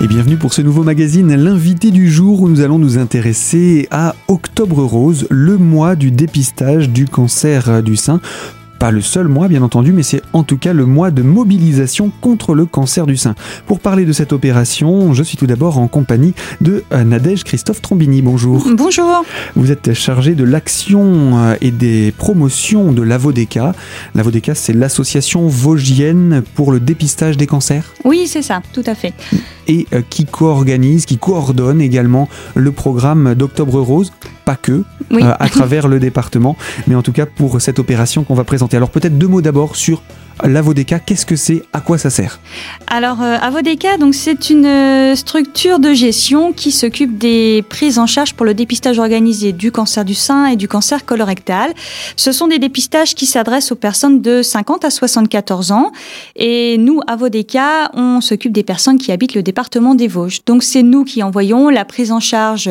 Et bienvenue pour ce nouveau magazine, l'invité du jour où nous allons nous intéresser à Octobre Rose, le mois du dépistage du cancer du sein. Pas le seul mois bien entendu, mais c'est en tout cas le mois de mobilisation contre le cancer du sein. Pour parler de cette opération, je suis tout d'abord en compagnie de Nadège Christophe Trombini. Bonjour. Bonjour. Vous êtes chargée de l'action et des promotions de l'AVODECA. L'AVODECA, c'est l'association vosgienne pour le dépistage des cancers. Oui, c'est ça, tout à fait. Et qui co-organise, qui coordonne également le programme d'Octobre Rose, pas que, oui. À travers le département, mais en tout cas pour cette opération qu'on va présenter. Alors peut-être deux mots d'abord sur l'AVODECA, qu'est-ce que c'est, à quoi ça sert ? Alors AVODECA, donc c'est une structure de gestion qui s'occupe des prises en charge pour le dépistage organisé du cancer du sein et du cancer colorectal. Ce sont des dépistages qui s'adressent aux personnes de 50 à 74 ans et nous, AVODECA, on s'occupe des personnes qui habitent le département des Vosges. Donc c'est nous qui envoyons la prise en charge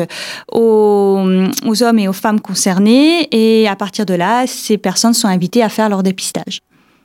aux hommes et aux femmes concernés et à partir de là, ces personnes sont invitées à faire leur dépistage.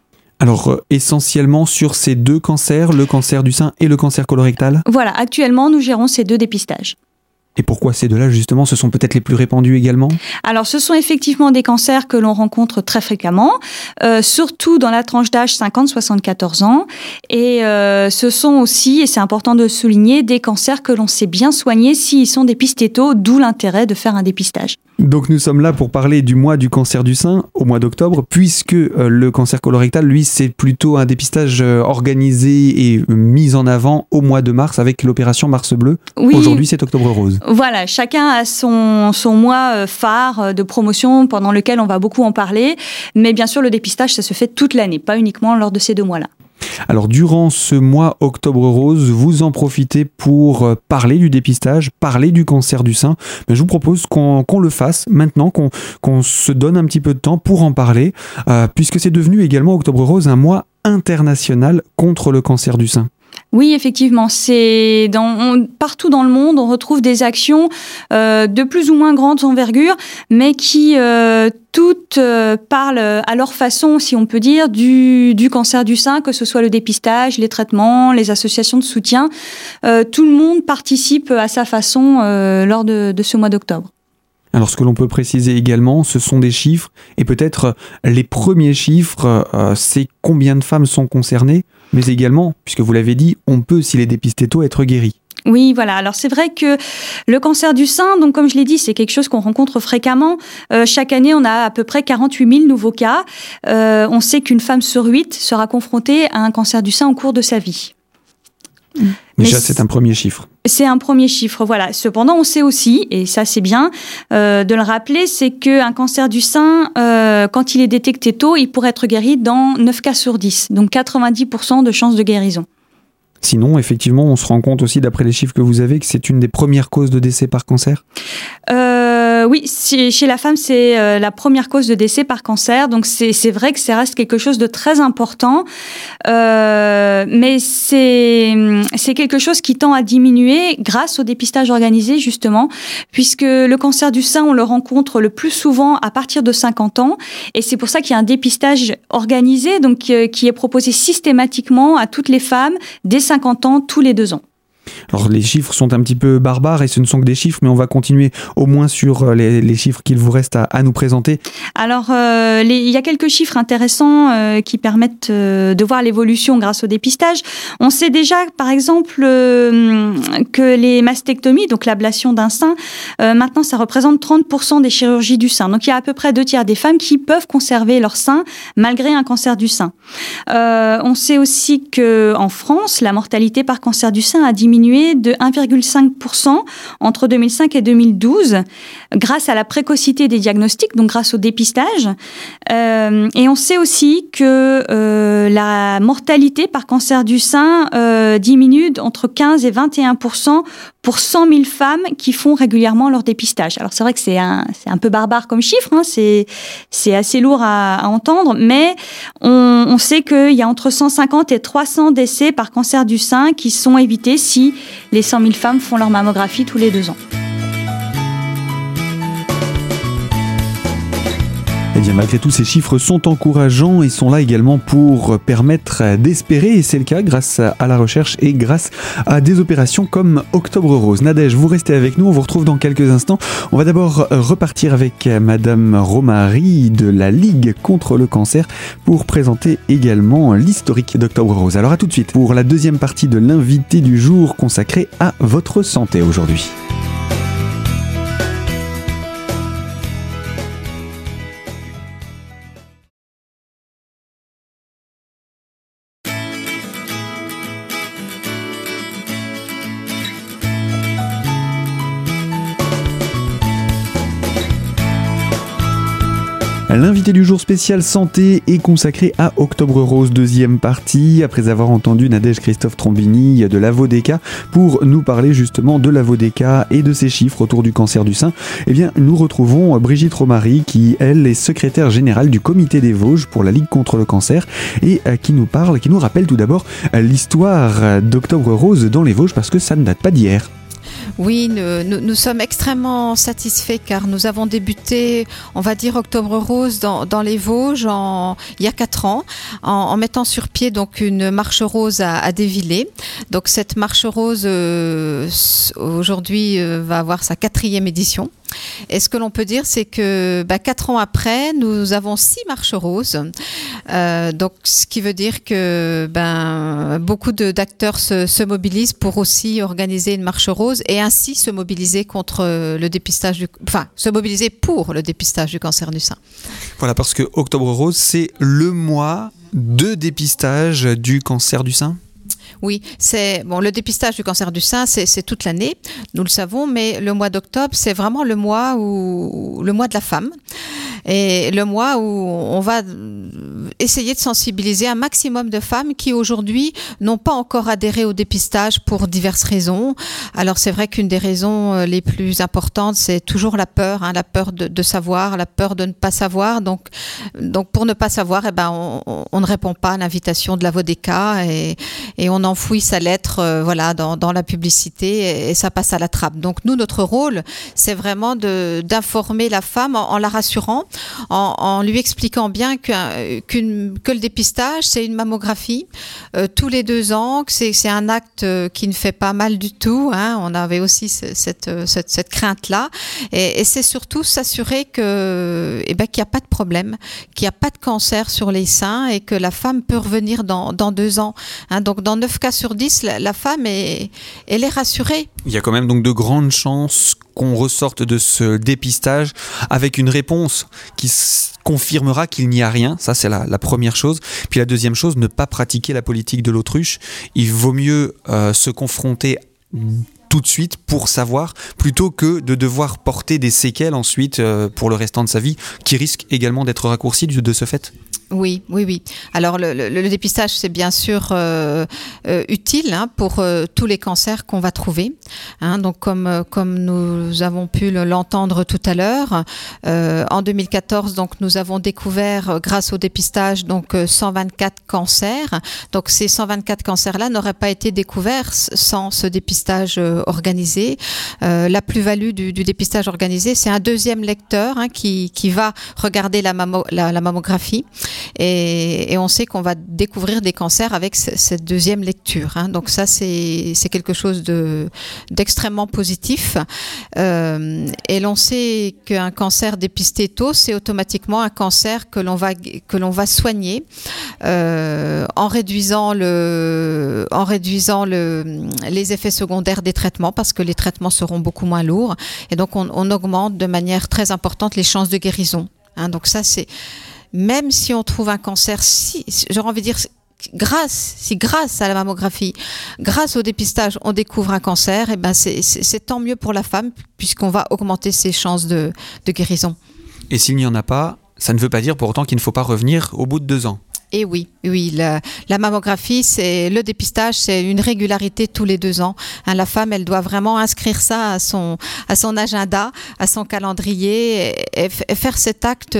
Alors, essentiellement sur ces deux cancers, le cancer du sein et le cancer colorectal ? Voilà, actuellement, nous gérons ces deux dépistages. Et pourquoi ces deux-là, justement, ce sont peut-être les plus répandus également ? Alors, ce sont effectivement des cancers que l'on rencontre très fréquemment, surtout dans la tranche d'âge 50-74 ans. Et ce sont aussi, et c'est important de le souligner, des cancers que l'on sait bien soigner s'ils sont dépistés tôt, d'où l'intérêt de faire un dépistage. Donc nous sommes là pour parler du mois du cancer du sein, au mois d'octobre, puisque le cancer colorectal, lui, c'est plutôt un dépistage organisé et mis en avant au mois de mars avec l'opération Mars Bleu. Oui. Aujourd'hui, c'est Octobre Rose. Voilà, chacun a son mois phare de promotion pendant lequel on va beaucoup en parler, mais bien sûr, le dépistage, ça se fait toute l'année, pas uniquement lors de ces deux mois-là. Alors, durant ce mois Octobre Rose, vous en profitez pour parler du dépistage, parler du cancer du sein. Mais je vous propose qu'on le fasse maintenant, qu'on se donne un petit peu de temps pour en parler, puisque c'est devenu également Octobre Rose un mois international contre le cancer du sein. Oui, effectivement, partout dans le monde, on retrouve des actions de plus ou moins grande envergure, mais qui toutes parlent à leur façon, si on peut dire, du cancer du sein, que ce soit le dépistage, les traitements, les associations de soutien. Tout le monde participe à sa façon lors de ce mois d'octobre. Alors, ce que l'on peut préciser également, ce sont des chiffres, et peut-être les premiers chiffres, c'est combien de femmes sont concernées, mais également, puisque vous l'avez dit, on peut, s'il est dépisté tôt, être guéri. Oui, voilà. Alors c'est vrai que le cancer du sein, donc comme je l'ai dit, c'est quelque chose qu'on rencontre fréquemment. Chaque année, on a à peu près 48 000 nouveaux cas. On sait qu'une femme sur 8 sera confrontée à un cancer du sein au cours de sa vie. Déjà, c'est un premier chiffre. C'est un premier chiffre, voilà. Cependant, on sait aussi, et ça c'est bien de le rappeler, c'est qu'un cancer du sein, quand il est détecté tôt, il pourrait être guéri dans 9 cas sur 10, donc 90% de chances de guérison. Sinon, effectivement, on se rend compte aussi, d'après les chiffres que vous avez, que c'est une des premières causes de décès par cancer ? Oui, chez la femme, c'est la première cause de décès par cancer. Donc, c'est vrai que ça reste quelque chose de très important. Mais c'est quelque chose qui tend à diminuer grâce au dépistage organisé, justement, puisque le cancer du sein, on le rencontre le plus souvent à partir de 50 ans. Et c'est pour ça qu'il y a un dépistage organisé, donc qui est proposé systématiquement à toutes les femmes dès 50 ans, tous les 2 ans. Alors les chiffres sont un petit peu barbares et ce ne sont que des chiffres, mais on va continuer au moins sur les chiffres qu'il vous reste à nous présenter. Alors il y a quelques chiffres intéressants qui permettent de voir l'évolution grâce au dépistage. On sait déjà par exemple que les mastectomies, donc l'ablation d'un sein, maintenant ça représente 30% des chirurgies du sein. Donc il y a à peu près 2/3 des femmes qui peuvent conserver leur sein malgré un cancer du sein. On sait aussi qu'en France, la mortalité par cancer du sein a diminué de 1,5% entre 2005 et 2012 grâce à la précocité des diagnostics, donc grâce au dépistage. Et on sait aussi que la mortalité par cancer du sein diminue entre 15 et 21% pour 100 000 femmes qui font régulièrement leur dépistage. Alors c'est vrai que c'est un peu barbare comme chiffre, hein, c'est assez lourd à entendre, mais on sait qu'il y a entre 150 et 300 décès par cancer du sein qui sont évités si les 100 000 femmes font leur mammographie tous les 2 ans. Eh bien, malgré tout, ces chiffres sont encourageants et sont là également pour permettre d'espérer, et c'est le cas grâce à la recherche et grâce à des opérations comme Octobre Rose. Nadège, vous restez avec nous, on vous retrouve dans quelques instants. On va d'abord repartir avec Madame Romary de la Ligue contre le cancer pour présenter également l'historique d'Octobre Rose. Alors à tout de suite pour la deuxième partie de l'invité du jour consacrée à votre santé aujourd'hui. L'invité du jour spécial santé est consacré à Octobre Rose, deuxième partie, après avoir entendu Nadège Christophe Trombini de l'Avodeka pour nous parler justement de l'Avodeka et de ses chiffres autour du cancer du sein. Eh bien, nous retrouvons Brigitte Romary qui, elle, est secrétaire générale du comité des Vosges pour la Ligue contre le cancer et qui nous rappelle tout d'abord l'histoire d'Octobre Rose dans les Vosges parce que ça ne date pas d'hier. Oui, nous sommes extrêmement satisfaits car nous avons débuté, on va dire, Octobre Rose dans les Vosges il y a 4 ans en mettant sur pied donc une marche rose à Dévillers. Donc cette marche rose aujourd'hui va avoir sa 4e édition. Et ce que l'on peut dire, c'est que 4 ans après, nous avons 6 marches roses. Donc, ce qui veut dire que beaucoup d'acteurs se mobilisent pour aussi organiser une marche rose et ainsi se mobiliser contre le dépistage se mobiliser pour le dépistage du cancer du sein. Voilà, parce que Octobre Rose, c'est le mois de dépistage du cancer du sein. Oui, le dépistage du cancer du sein, c'est toute l'année, nous le savons, mais le mois d'octobre, c'est vraiment le mois de la femme. Et le mois où on va essayer de sensibiliser un maximum de femmes qui aujourd'hui n'ont pas encore adhéré au dépistage pour diverses raisons. Alors c'est vrai qu'une des raisons les plus importantes, c'est toujours la peur de savoir, la peur de ne pas savoir. Donc pour ne pas savoir, on ne répond pas à l'invitation de l'Avodeka et on enfouit sa lettre dans la publicité et ça passe à la trappe. Donc nous, notre rôle, c'est vraiment d'informer la femme en la rassurant, en lui expliquant bien que le dépistage, c'est une mammographie tous les 2 ans, que c'est un acte qui ne fait pas mal du tout. On avait aussi cette crainte-là. Et c'est surtout s'assurer qu'il n'y a pas de problème, qu'il n'y a pas de cancer sur les seins et que la femme peut revenir dans 2 ans. Donc dans 9 cas sur 10, la femme, elle est rassurée. Il y a quand même donc de grandes chances qu'on ressorte de ce dépistage avec une réponse qui confirmera qu'il n'y a rien. Ça, c'est la première chose. Puis la deuxième chose, ne pas pratiquer la politique de l'autruche. Il vaut mieux se confronter tout de suite pour savoir, plutôt que de devoir porter des séquelles ensuite pour le restant de sa vie, qui risquent également d'être raccourcies de ce fait. Oui. Alors le dépistage, c'est bien sûr utile pour tous les cancers qu'on va trouver. Donc comme nous avons pu l'entendre tout à l'heure, en 2014, donc nous avons découvert grâce au dépistage 124 cancers. Donc ces 124 cancers-là n'auraient pas été découverts sans ce dépistage organisé. La plus-value du dépistage organisé, c'est un deuxième lecteur qui va regarder la mammographie. Et on sait qu'on va découvrir des cancers avec cette deuxième lecture. Donc ça, c'est quelque chose d'extrêmement positif. Et l'on sait qu'un cancer dépisté tôt, c'est automatiquement un cancer que l'on va soigner en réduisant les effets secondaires des traitements, parce que les traitements seront beaucoup moins lourds. Et donc on augmente de manière très importante les chances de guérison. Donc ça, c'est... Même si on trouve un cancer, j'aurais envie de dire, grâce à la mammographie, grâce au dépistage, on découvre un cancer, c'est tant mieux pour la femme, puisqu'on va augmenter ses chances de guérison. Et s'il n'y en a pas, ça ne veut pas dire pour autant qu'il ne faut pas revenir au bout de 2 ans. Et oui, la mammographie, c'est le dépistage, c'est une régularité tous les 2 ans. La femme, elle doit vraiment inscrire ça à son agenda, à son calendrier, et faire cet acte.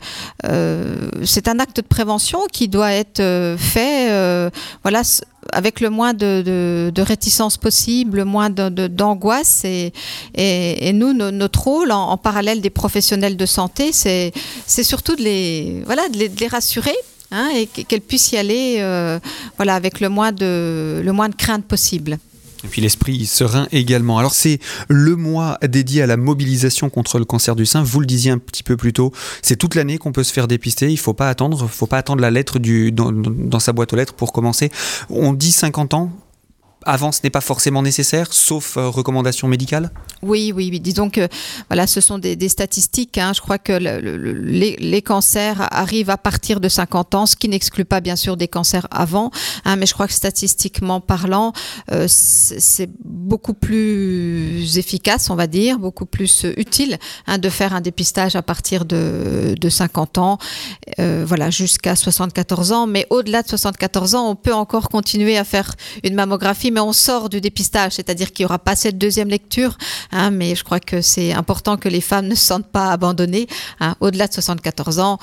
C'est un acte de prévention qui doit être fait, avec le moins de réticence possible, le moins d'angoisse. Et nous, notre rôle en parallèle des professionnels de santé, c'est surtout de les rassurer. Et qu'elle puisse y aller avec le moins de crainte possible. Et puis l'esprit serein également. Alors c'est le mois dédié à la mobilisation contre le cancer du sein. Vous le disiez un petit peu plus tôt, c'est toute l'année qu'on peut se faire dépister. Il ne faut pas attendre la lettre dans sa boîte aux lettres pour commencer. On dit 50 ans. Avant, ce n'est pas forcément nécessaire, sauf recommandation médicale ? Oui. Disons que ce sont des statistiques. Je crois que les cancers arrivent à partir de 50 ans, ce qui n'exclut pas bien sûr des cancers avant. Mais je crois que statistiquement parlant, c'est beaucoup plus efficace, on va dire, beaucoup plus utile de faire un dépistage à partir de 50 ans, jusqu'à 74 ans. Mais au-delà de 74 ans, on peut encore continuer à faire une mammographie, mais on sort du dépistage, c'est-à-dire qu'il n'y aura pas cette deuxième lecture, mais je crois que c'est important que les femmes ne se sentent pas abandonnées. Au-delà de 74 ans,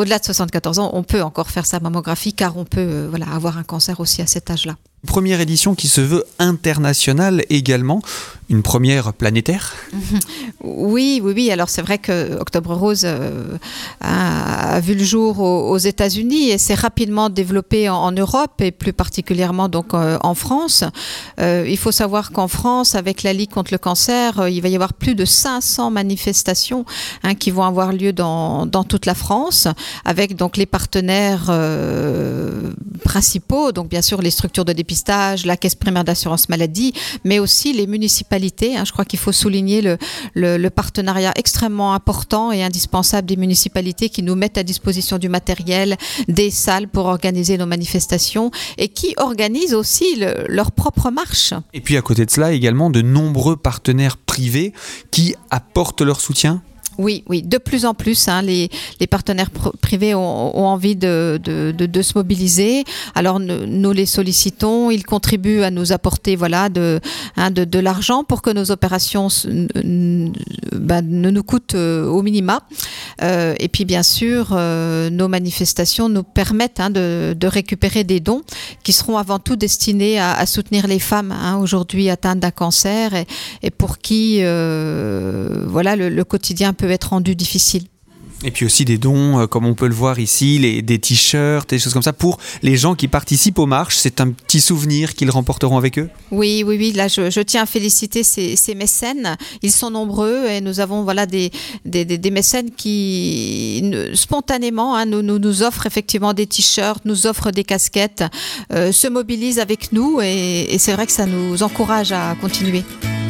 on peut encore faire sa mammographie, car on peut avoir un cancer aussi à cet âge-là. Première édition qui se veut internationale également, une première planétaire. Oui. Alors c'est vrai que Octobre Rose a vu le jour aux États-Unis et s'est rapidement développé en Europe et plus particulièrement donc en France. Il faut savoir qu'en France, avec la Ligue contre le cancer, il va y avoir plus de 500 manifestations qui vont avoir lieu dans toute la France, avec donc les partenaires principaux, donc bien sûr les structures de dépistage, la Caisse primaire d'assurance maladie, mais aussi les municipalités. Je crois qu'il faut souligner le partenariat extrêmement important et indispensable des municipalités qui nous mettent à disposition du matériel, des salles pour organiser nos manifestations et qui organisent aussi leur propre marche. Et puis à côté de cela, également de nombreux partenaires privés qui apportent leur soutien. Oui, de plus en plus, les partenaires privés ont envie de se mobiliser. Alors nous les sollicitons, ils contribuent à nous apporter de l'argent pour que nos opérations ne nous coûtent au minima. Et puis bien sûr, nos manifestations nous permettent de récupérer des dons qui seront avant tout destinés à soutenir les femmes aujourd'hui atteintes d'un cancer et pour qui le quotidien peut être rendu difficile. Et puis aussi des dons, comme on peut le voir ici, des t-shirts, des choses comme ça, pour les gens qui participent aux marches. C'est un petit souvenir qu'ils remporteront avec eux. Oui. Là, je tiens à féliciter ces mécènes. Ils sont nombreux et nous avons des mécènes qui, spontanément, nous offrent effectivement des t-shirts, nous offrent des casquettes, se mobilisent avec nous et c'est vrai que ça nous encourage à continuer.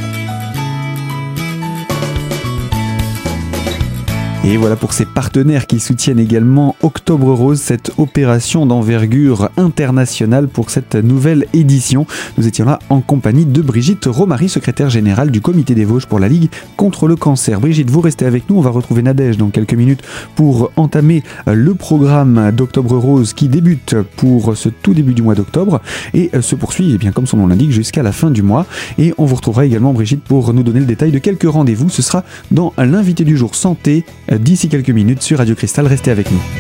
Et voilà pour ces partenaires qui soutiennent également Octobre Rose, cette opération d'envergure internationale pour cette nouvelle édition. Nous étions là en compagnie de Brigitte Romary, secrétaire générale du Comité des Vosges pour la Ligue contre le cancer. Brigitte, vous restez avec nous, on va retrouver Nadège dans quelques minutes pour entamer le programme d'Octobre Rose qui débute pour ce tout début du mois d'octobre et se poursuit, comme son nom l'indique, jusqu'à la fin du mois. Et on vous retrouvera également, Brigitte, pour nous donner le détail de quelques rendez-vous. Ce sera dans l'invité du jour santé d'ici quelques minutes sur Radio Cristal. Restez avec nous.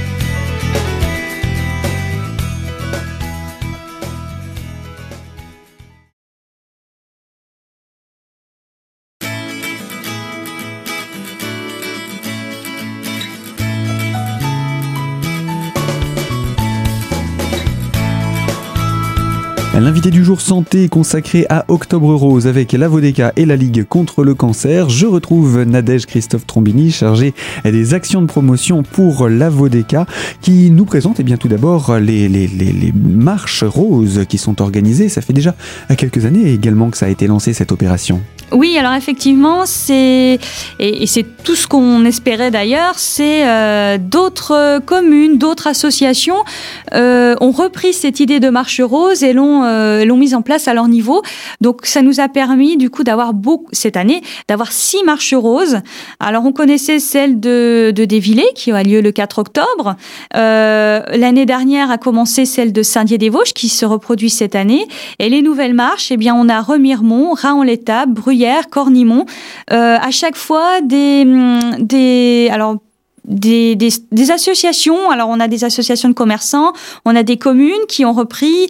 L'invité du jour santé consacré à Octobre Rose avec la Vodeka et la Ligue contre le cancer. Je retrouve Nadège Christophe Trombini, chargé des actions de promotion pour la Vodeka, qui nous présente tout d'abord les marches roses qui sont organisées. Ça fait déjà quelques années également que ça a été lancé, cette opération. Oui, alors effectivement, c'est tout ce qu'on espérait d'ailleurs, c'est d'autres communes, d'autres associations ont repris cette idée de marche rose et l'ont l'ont mise en place à leur niveau. Donc ça nous a permis du coup cette année d'avoir 6 marches roses. Alors on connaissait celle de Dévillers qui a lieu le 4 octobre. L'année dernière a commencé celle de Saint-Dié-des-Vosges qui se reproduit cette année. Et les nouvelles marches, on a Remiremont, Raon-l'Étape, Bruyères, Cornimont. À chaque fois des associations. Alors on a des associations de commerçants, on a des communes qui ont repris.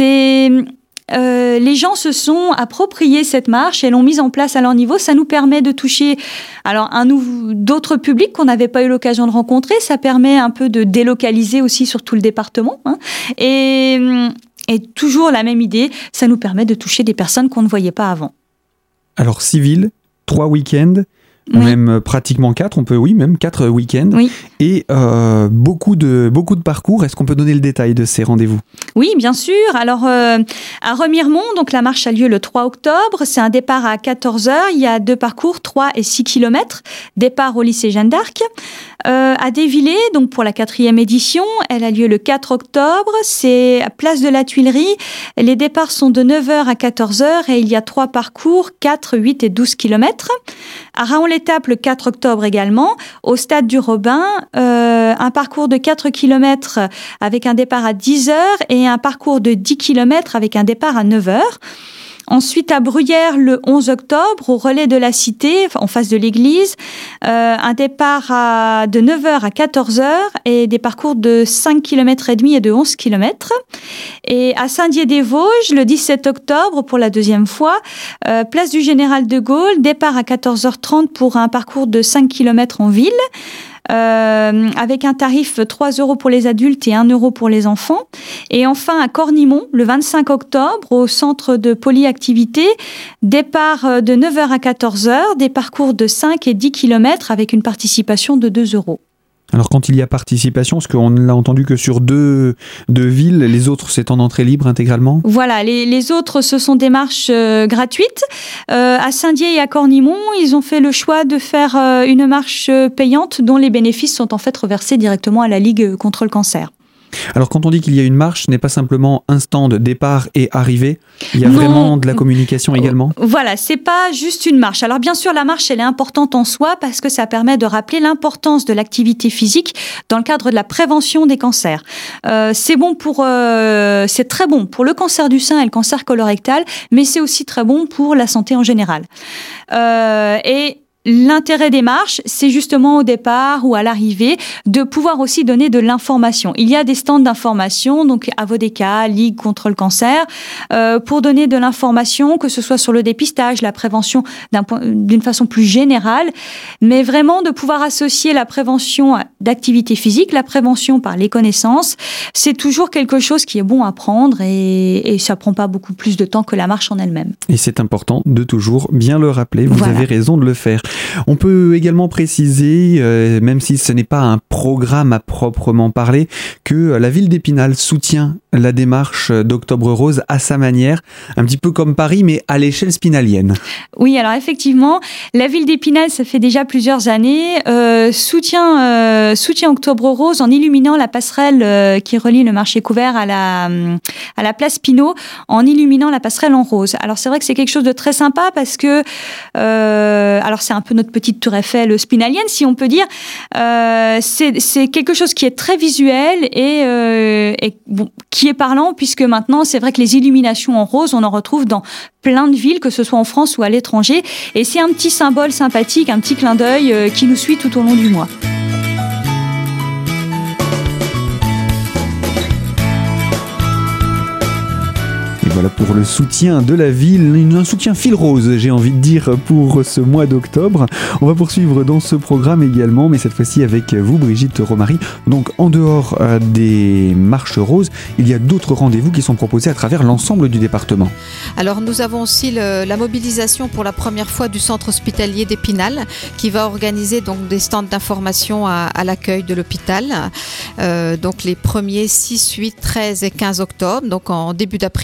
Les gens se sont appropriés cette marche et l'ont mise en place à leur niveau. Ça nous permet de toucher d'autres publics qu'on n'avait pas eu l'occasion de rencontrer. Ça permet un peu de délocaliser aussi sur tout le département. Et toujours la même idée, ça nous permet de toucher des personnes qu'on ne voyait pas avant. Alors 6 villes, 3 week-ends, oui. Même pratiquement 4, même 4 week-ends, oui. Et beaucoup de parcours. Est-ce qu'on peut donner le détail de ces rendez-vous ? Oui, bien sûr. Alors, à Remiremont, donc la marche a lieu le 3 octobre. C'est un départ à 14h. Il y a 2 parcours, 3 et 6 km. Départ au lycée Jeanne d'Arc. À Dévillers, donc pour la 4e édition, elle a lieu le 4 octobre. C'est à Place de la Tuilerie. Les départs sont de 9h à 14h et il y a 3 parcours, 4, 8 et 12 km. À Raon-l'Étape, le 4 octobre également. Au stade du Robin, un parcours de 4 km avec un départ à 10h et un parcours de 10 km avec un départ à 9h. Ensuite, à Bruyères, le 11 octobre, au relais de la Cité, en face de l'église, un départ de 9h à 14h et des parcours de 5 km et demi et de 11 km. Et à Saint-Dié-des-Vosges, le 17 octobre, pour la 2e fois, place du Général de Gaulle, départ à 14h30 pour un parcours de 5 km en ville. Avec un tarif 3 € pour les adultes et 1 € pour les enfants. Et enfin, à Cornimont, le 25 octobre, au centre de polyactivité, départ de 9h à 14h, des parcours de 5 et 10 km avec une participation de 2 €. Alors quand il y a participation, parce qu'on ne l'a entendu que sur deux villes, les autres c'est en entrée libre intégralement ? Voilà, les autres ce sont des marches gratuites. À Saint-Dié et à Cornimont, ils ont fait le choix de faire une marche payante dont les bénéfices sont en fait reversés directement à la Ligue contre le cancer. Alors quand on dit qu'il y a une marche, ce n'est pas simplement un stand départ et arrivée, il y a non, vraiment de la communication également ? Voilà, c'est pas juste une marche. Alors bien sûr, la marche, elle est importante en soi parce que ça permet de rappeler l'importance de l'activité physique dans le cadre de la prévention des cancers. C'est très bon pour le cancer du sein et le cancer colorectal, mais c'est aussi très bon pour la santé en général. Et l'intérêt des marches, c'est justement au départ ou à l'arrivée de pouvoir aussi donner de l'information. Il y a des stands d'information, donc Avodeka, Ligue contre le cancer, pour donner de l'information, que ce soit sur le dépistage, la prévention d'une façon plus générale, mais vraiment de pouvoir associer la prévention d'activité physique, la prévention par les connaissances. C'est toujours quelque chose qui est bon à prendre et ça prend pas beaucoup plus de temps que la marche en elle-même. Et c'est important de toujours bien le rappeler, vous avez raison de le faire. On peut également préciser, même si ce n'est pas un programme à proprement parler, que la ville d'Épinal soutient la démarche d'Octobre Rose à sa manière, un petit peu comme Paris, mais à l'échelle spinalienne. Oui, alors effectivement, la ville d'Épinal, ça fait déjà plusieurs années, soutient Octobre Rose en illuminant la passerelle qui relie le marché couvert à la place Pinault, en illuminant la passerelle en rose. Alors c'est vrai que c'est quelque chose de très sympa parce que, alors c'est un peu notre petite tour Eiffel spinalienne, si on peut dire. C'est quelque chose qui est très visuel et bon, qui est parlant, puisque maintenant, c'est vrai que les illuminations en rose, on en retrouve dans plein de villes, que ce soit en France ou à l'étranger. Et c'est un petit symbole sympathique, un petit clin d'œil qui nous suit tout au long du mois. Voilà pour le soutien de la ville, un soutien fil rose, j'ai envie de dire, pour ce mois d'octobre. On va poursuivre dans ce programme également, mais cette fois-ci avec vous, Brigitte Romary. Donc, en dehors des marches roses, il y a d'autres rendez-vous qui sont proposés à travers l'ensemble du département. Alors, nous avons aussi la mobilisation pour la première fois du centre hospitalier d'Épinal, qui va organiser donc des stands d'information à l'accueil de l'hôpital. Donc, les premiers 6, 8, 13 et 15 octobre, donc en début d'après-midi.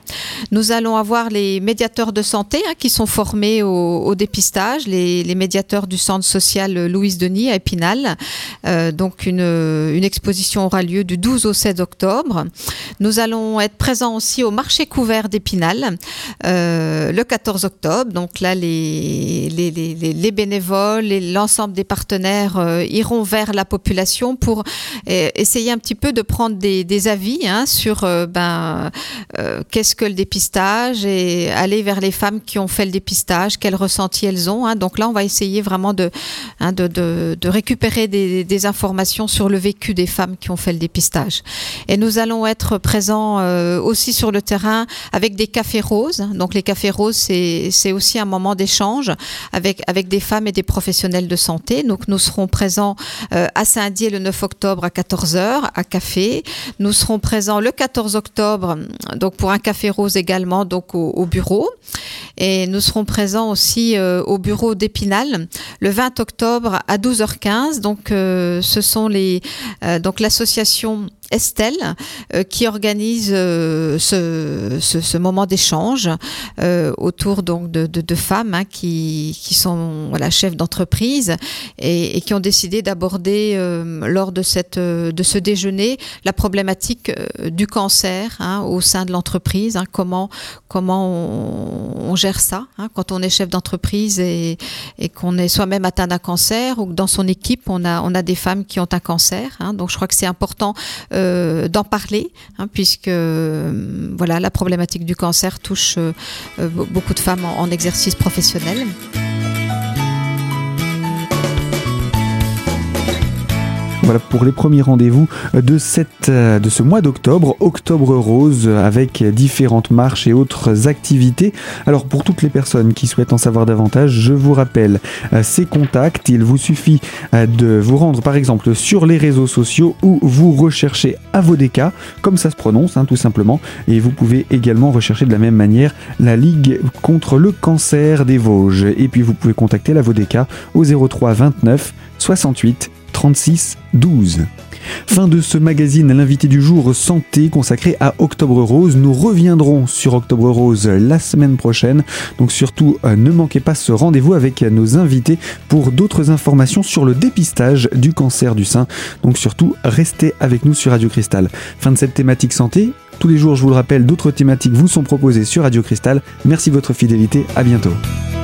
Nous allons avoir les médiateurs de santé qui sont formés au dépistage, les médiateurs du centre social Louise Denis à Épinal. Donc une exposition aura lieu du 12 au 16 octobre. Nous allons être présents aussi au marché couvert d'Épinal le 14 octobre. Donc là, les bénévoles et l'ensemble des partenaires iront vers la population pour essayer un petit peu de prendre des avis sur qu'est-ce que le dépistage et aller vers les femmes qui ont fait le dépistage, quel ressenti elles ont. Donc là, on va essayer vraiment de récupérer des informations sur le vécu des femmes qui ont fait le dépistage. Et nous allons être présents aussi sur le terrain avec des cafés roses. Donc les cafés roses, c'est aussi un moment d'échange avec des femmes et des professionnels de santé. Donc nous serons présents à Saint-Dié le 9 octobre à 14h à café. Nous serons présents le 14 octobre donc pour un café rose également donc au bureau. Et nous serons présents aussi au bureau d'Épinal le 20 octobre à 12h15. Donc ce sont donc l'association Estelle qui organise ce moment d'échange autour donc de femmes qui sont chefs d'entreprise et qui ont décidé d'aborder lors de ce déjeuner la problématique du cancer au sein de l'entreprise. Comment on gère ça quand on est chef d'entreprise et qu'on est soi-même atteint d'un cancer ou que dans son équipe on a des femmes qui ont un cancer. Donc je crois que c'est important d'en parler, puisque la problématique du cancer touche beaucoup de femmes en exercice professionnel. Voilà pour les premiers rendez-vous de ce mois d'octobre, Octobre Rose, avec différentes marches et autres activités. Alors pour toutes les personnes qui souhaitent en savoir davantage, je vous rappelle ces contacts. Il vous suffit de vous rendre par exemple sur les réseaux sociaux où vous recherchez Avodeka, comme ça se prononce tout simplement, et vous pouvez également rechercher de la même manière la Ligue contre le cancer des Vosges. Et puis vous pouvez contacter l'Avodeka au 03 29 68 36 12. Fin de ce magazine, l'invité du jour santé consacré à Octobre Rose. Nous reviendrons sur Octobre Rose la semaine prochaine. Donc surtout, ne manquez pas ce rendez-vous avec nos invités pour d'autres informations sur le dépistage du cancer du sein. Donc surtout, restez avec nous sur Radio Cristal. Fin de cette thématique santé. Tous les jours, je vous le rappelle, d'autres thématiques vous sont proposées sur Radio Cristal. Merci de votre fidélité. À bientôt.